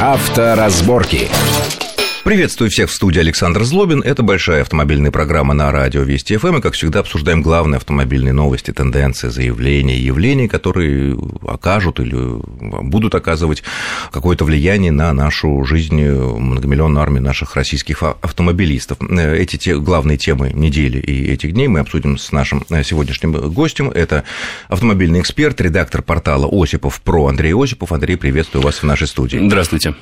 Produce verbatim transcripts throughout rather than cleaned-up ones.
Авторазборки. Приветствую всех в студии Александр Злобин. Это большая автомобильная программа на радио Вести ФМ. И, как всегда, обсуждаем главные автомобильные новости, тенденции, заявления, явления, которые окажут или будут оказывать какое-то влияние на нашу жизнь, многомиллионную армию наших российских автомобилистов. Эти те, главные темы недели и этих дней мы обсудим с нашим сегодняшним гостем. Это автомобильный эксперт, редактор портала Осипов Про Андрей Осипов. Андрей, приветствую вас в нашей студии. Здравствуйте.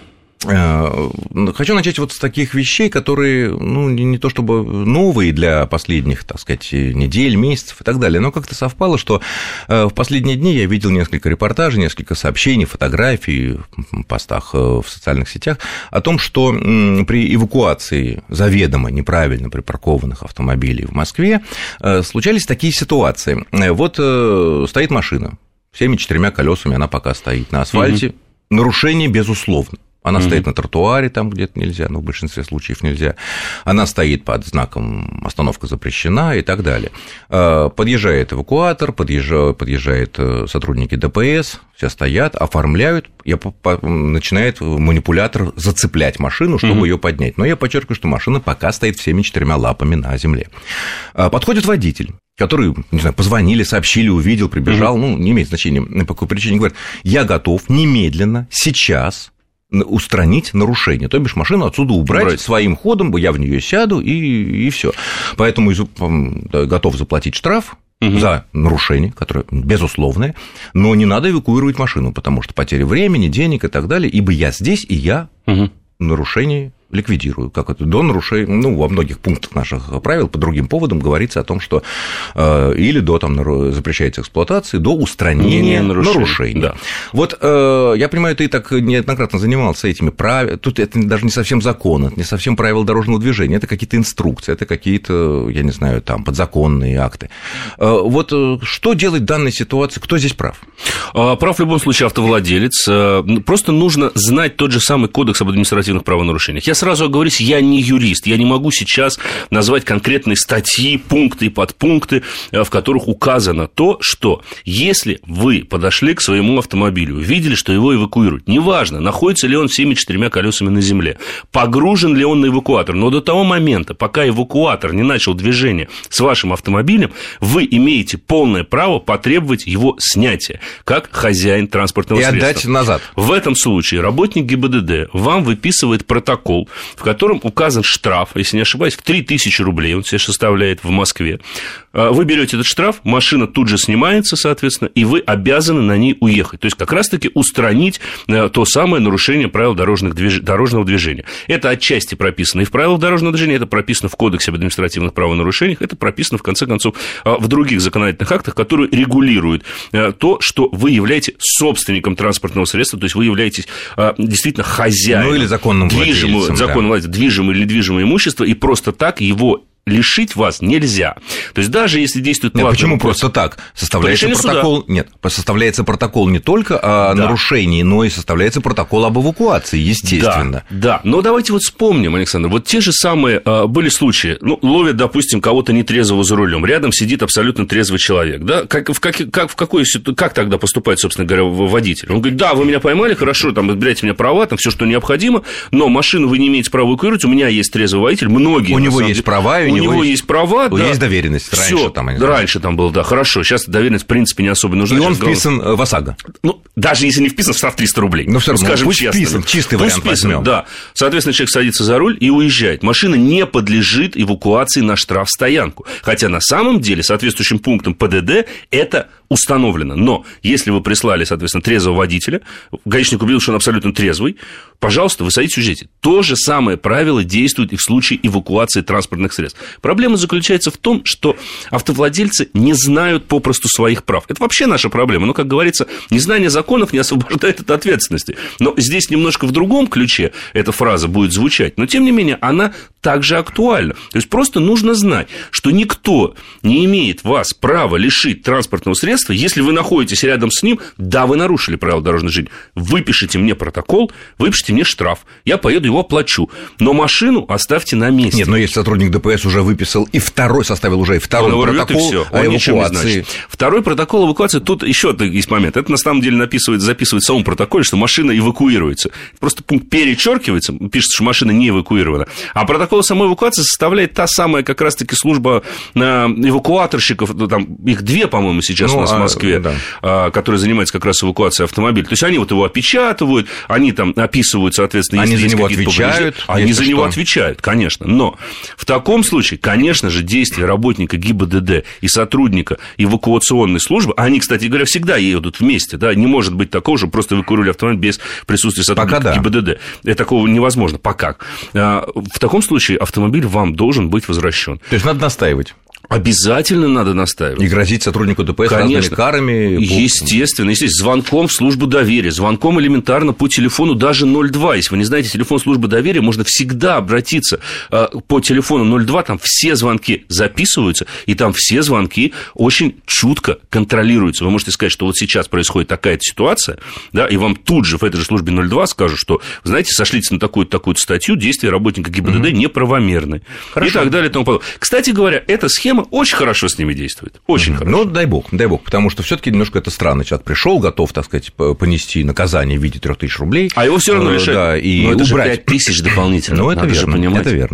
Хочу начать вот с таких вещей, которые, ну, не то чтобы новые для последних, так сказать, недель, месяцев и так далее, но как-то совпало, что в последние дни я видел несколько репортажей, несколько сообщений, фотографий в постах в социальных сетях о том, что при эвакуации заведомо неправильно припаркованных автомобилей в Москве случались такие ситуации. Вот стоит машина, всеми четырьмя колесами она пока стоит на асфальте, угу. Нарушение безусловно. Она mm-hmm. стоит на тротуаре, там где-то нельзя, но в большинстве случаев нельзя. Она стоит под знаком «остановка запрещена» и так далее. Подъезжает эвакуатор, подъезжают, подъезжают сотрудники ДПС, все стоят, оформляют, и начинает манипулятор зацеплять машину, чтобы mm-hmm. ее поднять. Но я подчеркиваю, что машина пока стоит всеми четырьмя лапами на земле. Подходит водитель, который, не знаю, позвонили, сообщили, увидел, прибежал, mm-hmm. ну, не имеет значения, по какой причине, говорит, я готов немедленно, сейчас устранить нарушение, то бишь машину отсюда убрать, убрать. Своим ходом, я в нее сяду и, и все. Поэтому готов заплатить штраф угу. за нарушение, которое безусловное, но не надо эвакуировать машину, потому что потеря времени, денег и так далее, ибо я здесь, и я угу. нарушение ликвидирую. Как это? До нарушения, ну, во многих пунктах наших правил по другим поводам говорится о том, что э, или до там, запрещается эксплуатация, до устранения нарушений. нарушений. Да. Вот э, я понимаю, ты так неоднократно занимался этими правилами. Тут это даже не совсем закон, это не совсем правила дорожного движения, это какие-то инструкции, это какие-то, я не знаю, там, подзаконные акты. Э, вот что делать в данной ситуации? Кто здесь прав? Прав в любом случае автовладелец. Просто нужно знать тот же самый кодекс об административных правонарушениях. Я сразу оговорюсь, я не юрист, я не могу сейчас назвать конкретные статьи, пункты и подпункты, в которых указано то, что если вы подошли к своему автомобилю, увидели, что его эвакуируют, неважно, находится ли он всеми четырьмя колесами на земле, погружен ли он на эвакуатор, но до того момента, пока эвакуатор не начал движение с вашим автомобилем, вы имеете полное право потребовать его снятия, как хозяин транспортного и средства. И отдать назад. В этом случае работник ГИБДД вам выписывает протокол, в котором указан штраф, если не ошибаюсь, в три тысячи рублей, он себе составляет в Москве. Вы берете этот штраф, машина тут же снимается, соответственно, и вы обязаны на ней уехать. То есть, как раз-таки устранить то самое нарушение правил дорожных движ... дорожного движения. Это отчасти прописано и в правилах дорожного движения, это прописано в Кодексе об административных правонарушениях, это прописано, в конце концов, в других законодательных актах, которые регулируют то, что вы являетесь собственником транспортного средства, то есть вы являетесь действительно хозяином. Ну, или законным владельцем. Законным владельцем, движимое или недвижимое имущество, и просто так его лишить вас нельзя. То есть, даже если действует платный... Нет, почему вопрос, просто так? Составляется протокол... Суда. Нет, составляется протокол не только о да. нарушении, но и составляется протокол об эвакуации, естественно. Да, да, но давайте вот вспомним, Александр, вот те же самые были случаи, ну, ловят, допустим, кого-то нетрезвого за рулем, рядом сидит абсолютно трезвый человек, да, как, в, как, как, в какой, как тогда поступает, собственно говоря, водитель? Он говорит, да, вы меня поймали, хорошо, там, отбирайте мне права, там, все, что необходимо, но машину вы не имеете права эвакуировать, у меня есть трезвый водитель, многие... У него есть права, у него есть, есть права, да. Есть доверенность. Раньше Всё, там, раньше там было, да, хорошо. Сейчас доверенность, в принципе, не особо нужна. И сейчас он вписан главное... в ОСАГО. Ну, даже если не вписан, штраф триста рублей. Ну, все равно, скажем пусть честно. вписан, чистый пусть вариант вписан, возьмем. Да. Соответственно, человек садится за руль и уезжает. Машина не подлежит эвакуации на штрафстоянку. Хотя на самом деле соответствующим пунктом ПДД это установлено. Но если вы прислали, соответственно, трезвого водителя, гаишник убедил, что он абсолютно трезвый, пожалуйста, вы садитесь, уезжайте. То же самое правило действует и в случае эвакуации транспортных средств. Проблема заключается в том, что автовладельцы не знают попросту своих прав. Это вообще наша проблема. Но, как говорится, незнание законов не освобождает от ответственности. Но здесь немножко в другом ключе эта фраза будет звучать. Но, тем не менее, она также актуально. То есть просто нужно знать, что никто не имеет вас права лишить транспортного средства, если вы находитесь рядом с ним, да, вы нарушили правила дорожной жизни, выпишите мне протокол, выпишите мне штраф, я поеду его оплачу, но машину оставьте на месте. Нет, но если сотрудник ДПС уже выписал и второй, составил уже и второй он протокол и всё, о эвакуации. Второй протокол эвакуации, тут еще есть момент, это на самом деле написывает, записывает в самом протоколе, что машина эвакуируется, просто пункт перечеркивается, пишется, что машина не эвакуирована, а протокол самой эвакуации составляет та самая как раз-таки служба эвакуаторщиков, там их две, по-моему, сейчас ну, у нас в Москве, а, да. которые занимаются как раз эвакуацией автомобиля. То есть они вот его опечатывают, они там описывают, соответственно, они за него отвечают. Они за него отвечают, конечно. Но в таком случае, конечно же, действия работника ГИБДД и сотрудника эвакуационной службы, они, кстати говоря, всегда едут вместе, да, не может быть такого, что просто эвакуировали автомобиль без присутствия сотрудника да. ГИБДД. Это такого невозможно пока. В таком случае автомобиль вам должен быть возвращен. То есть надо настаивать. Обязательно надо настаивать. И грозить сотруднику ДПС Конечно. разными карами. Естественно, естественно. Звонком в службу доверия, звонком элементарно по телефону даже ноль два. Если вы не знаете телефон службы доверия, можно всегда обратиться по телефону ноль два, там все звонки записываются, и там все звонки очень чутко контролируются. Вы можете сказать, что вот сейчас происходит такая-то ситуация, да, и вам тут же в этой же службе ноль два скажут, что, знаете, сошлитесь на такую-то такую-то статью, действия работника ГИБДД угу. неправомерны. Хорошо. И так далее и тому подобное. Кстати говоря, эта схема очень хорошо с ними действует. Очень mm-hmm. хорошо. Ну, дай бог, дай бог, потому что все-таки немножко это странно. Человек пришел, готов, так сказать, понести наказание в виде трёх тысяч рублей. А его все равно лишают. Да, и Но это убрать. же пять тысяч дополнительно. Ну, это верно, это верно.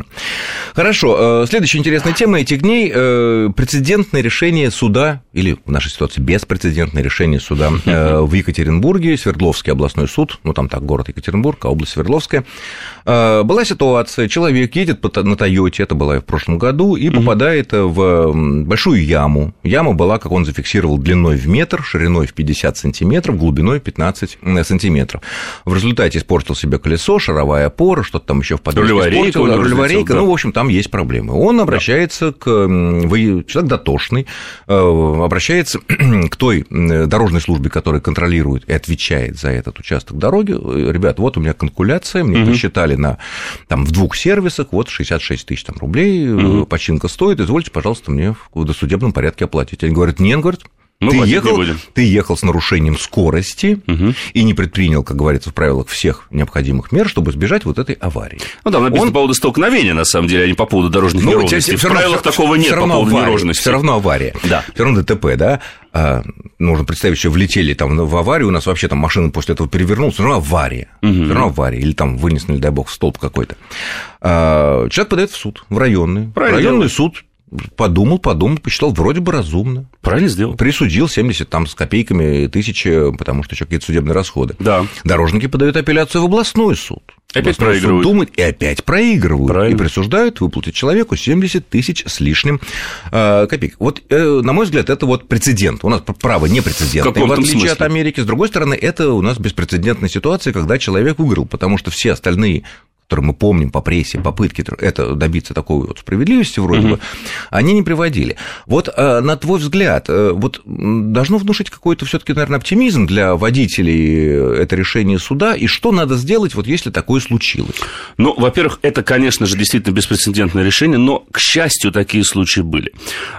Хорошо. Следующая интересная тема этих дней. Прецедентное решение суда, или в нашей ситуации беспрецедентное решение суда в Екатеринбурге, Свердловский областной суд, ну, там так, город Екатеринбург, а область Свердловская. Была ситуация, человек едет на Тойоте, это было в прошлом году, и попадает в большую яму. Яма была, как он зафиксировал, длиной в метр, шириной в пятьдесят сантиметров, глубиной пятнадцать сантиметров. В результате испортил себе колесо, шаровая опора, что-то там еще в подвеске испортил, рулевая рейка, да. Ну, в общем, там есть проблемы. Он обращается да. к... Человек дотошный, обращается к той дорожной службе, которая контролирует и отвечает за этот участок дороги. Ребят, вот у меня конкуляция, мне угу. посчитали на, там, в двух сервисах, вот шестьдесят шесть тысяч там, рублей, угу. починка стоит, извольте, пожалуйста, мне в досудебном порядке оплатить. Они говорят, нет, говорят, Мы ты ехал, ты ехал с нарушением скорости угу. и не предпринял, как говорится в правилах, всех необходимых мер, чтобы избежать вот этой аварии. Ну, там написано Он... по поводу столкновения, на самом деле, а не по поводу дорожных ну, неровностей. В правилах равно, такого нет по поводу авария, неровности. Все равно авария, да. все равно ДТП, да. А, нужно представить, что влетели там в аварию, у нас вообще там машина после этого перевернулась, все равно авария, угу. все равно авария, или там вынес, не дай бог, в столб какой-то. А, человек подает в суд, в районный, Правильно. районный суд. Подумал, подумал, посчитал, вроде бы разумно. Правильно сделал. Присудил семьдесят там, с копейками тысяч, потому что еще какие-то судебные расходы. Да. Дорожники подают апелляцию в областной суд. Опять областной проигрывают. Суд думает, и опять проигрывают. Правильно. И присуждают выплатить человеку семьдесят тысяч с лишним э, копеек. Вот, э, на мой взгляд, это вот прецедент. У нас право непрецедентное, в, в отличие смысле? От Америки. С другой стороны, это у нас беспрецедентная ситуация, когда человек выиграл, потому что все остальные, которые мы помним по прессе, попытки это добиться такой вот справедливости вроде бы, они не приводили. Вот на твой взгляд, вот должно внушить какой-то все-таки, наверное, оптимизм для водителей это решение суда, и что надо сделать, вот если такое случилось? Ну, во-первых, это, конечно же, действительно беспрецедентное решение, но, к счастью, такие случаи были.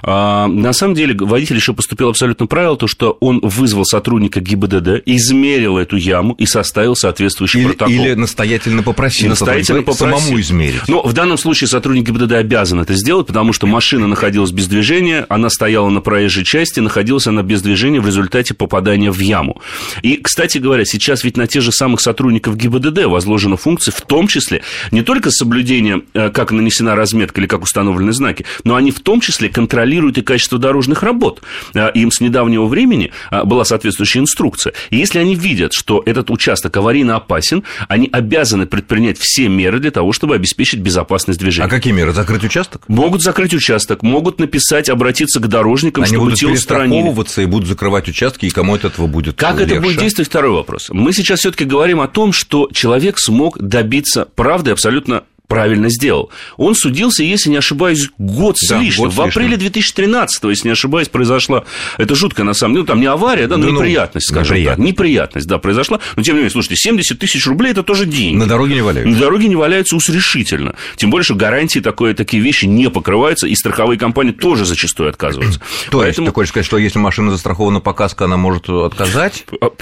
На самом деле, водитель еще поступил абсолютно правильно, то, что он вызвал сотрудника ГИБДД, измерил эту яму и составил соответствующий или, протокол. Или настоятельно попросил. Самому измерить. Но в данном случае сотрудник ГИБДД обязан это сделать, потому что машина находилась без движения, она стояла на проезжей части, находилась она без движения в результате попадания в яму. И, кстати говоря, сейчас ведь на тех же самых сотрудников ГИБДД возложена функция, в том числе не только соблюдение, как нанесена разметка или как установлены знаки, но они в том числе контролируют и качество дорожных работ. Им с недавнего времени была соответствующая инструкция. И если они видят, что этот участок аварийно опасен, они обязаны предпринять все меры для того, чтобы обеспечить безопасность движения. А какие меры? Закрыть участок? Могут закрыть участок, могут написать, обратиться к дорожникам, Они чтобы будут те устранили. перестраховываться и будут закрывать участки, и кому от этого будет Как легче? это будет действовать? Второй вопрос. Мы сейчас все-таки говорим о том, что человек смог добиться правды абсолютно правильно сделал. Он судился, если не ошибаюсь, год с да, лишним. Год в апреле две тысячи тринадцатого, если не ошибаюсь, произошла... Это жуткая, на самом деле, ну, там не авария, да, но ну, неприятность, скажем неприятность. так. Неприятность, да, произошла. Но, тем не менее, слушайте, семьдесят тысяч рублей – это тоже деньги. На дороге не валяются. На дороге не валяются уж решительно. Тем более, что гарантии такое, такие вещи не покрываются, и страховые компании тоже зачастую отказываются. То Поэтому... есть, ты хочешь сказать, что если машина застрахована по каско, она может отказать?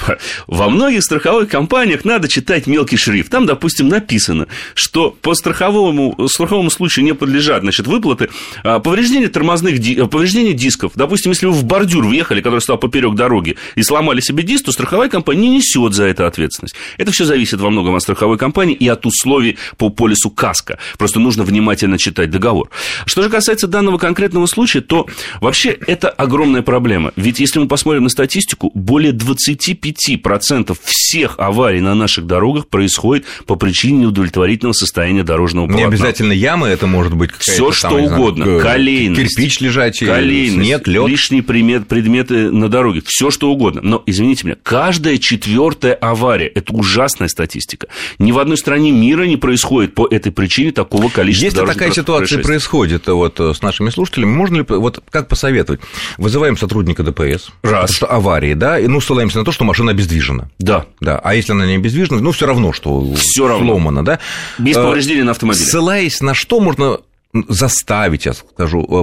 Во многих страховых компаниях надо читать мелкий шрифт. Там, допустим, написано, что по страховому в страховому случае не подлежат, значит, выплаты повреждения тормозных, повреждения дисков. Допустим, если вы в бордюр въехали, который стал поперек дороги, и сломали себе диск, то страховая компания не несет за это ответственность. Это все зависит во многом от страховой компании и от условий по полису каско. Просто нужно внимательно читать договор. Что же касается данного конкретного случая, то вообще это огромная проблема. Ведь если мы посмотрим на статистику, более двадцать пять процентов всех аварий на наших дорогах происходит по причине неудовлетворительного состояния дорожного полотна. Не обязательно ямы, это может быть какая-то... Все что там, угодно. Знаю, колейность. Кирпич лежачий, колейность, снег, лед. Лишние предмет, предметы на дороге. Все что угодно. Но, извините меня, каждая четвертая авария – это ужасная статистика. Ни в одной стране мира не происходит по этой причине такого количества Если дорожных такая ситуация происходит вот, с нашими слушателями, можно ли, вот как посоветовать? Вызываем сотрудника ДПС. Раз. Что аварии, да, и ну, ссылаемся на то, что машина обездвижена. Да. Да. А если она не обездвижена, ну, все равно, что всё равно. сломана, да? Без повреждений на автомобиле. Ссылаясь на что можно заставить, я скажу,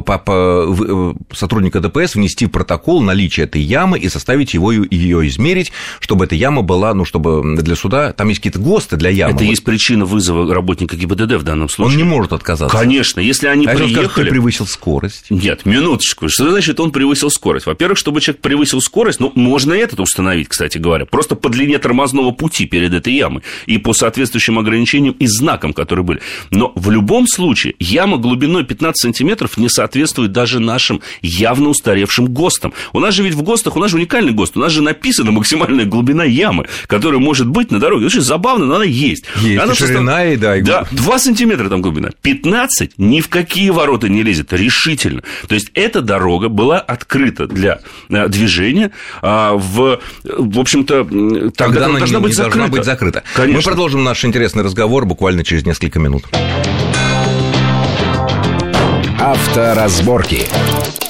папа, сотрудника ДПС внести в протокол наличие этой ямы и заставить его ее измерить, чтобы эта яма была, ну, чтобы для суда, там есть какие-то ГОСТы для ямы. Это вот. Есть причина вызова работника ГИБДД в данном случае. Он не может отказаться. Конечно, если они а приехали... Скажет, ты превысил скорость. Нет, минуточку, что значит он превысил скорость? Во-первых, чтобы человек превысил скорость, ну, можно это установить, кстати говоря, просто по длине тормозного пути перед этой ямой и по соответствующим ограничениям и знакам, которые были. Но в любом случае яма глубиной пятнадцать сантиметров не соответствует даже нашим явно устаревшим ГОСТам. У нас же ведь в ГОСТах, у нас же уникальный ГОСТ, у нас же написана максимальная глубина ямы, которая может быть на дороге. Очень забавно, но она есть. Есть, она и ширина, состав... и да. И... Да, два сантиметра там глубина. пятнадцать ни в какие ворота не лезет, решительно. То есть, эта дорога была открыта для движения, а в, в общем-то, тогда она должна, не, быть, не закрыта. должна быть закрыта. Конечно. Мы продолжим наш интересный разговор буквально через несколько минут. Авторазборки.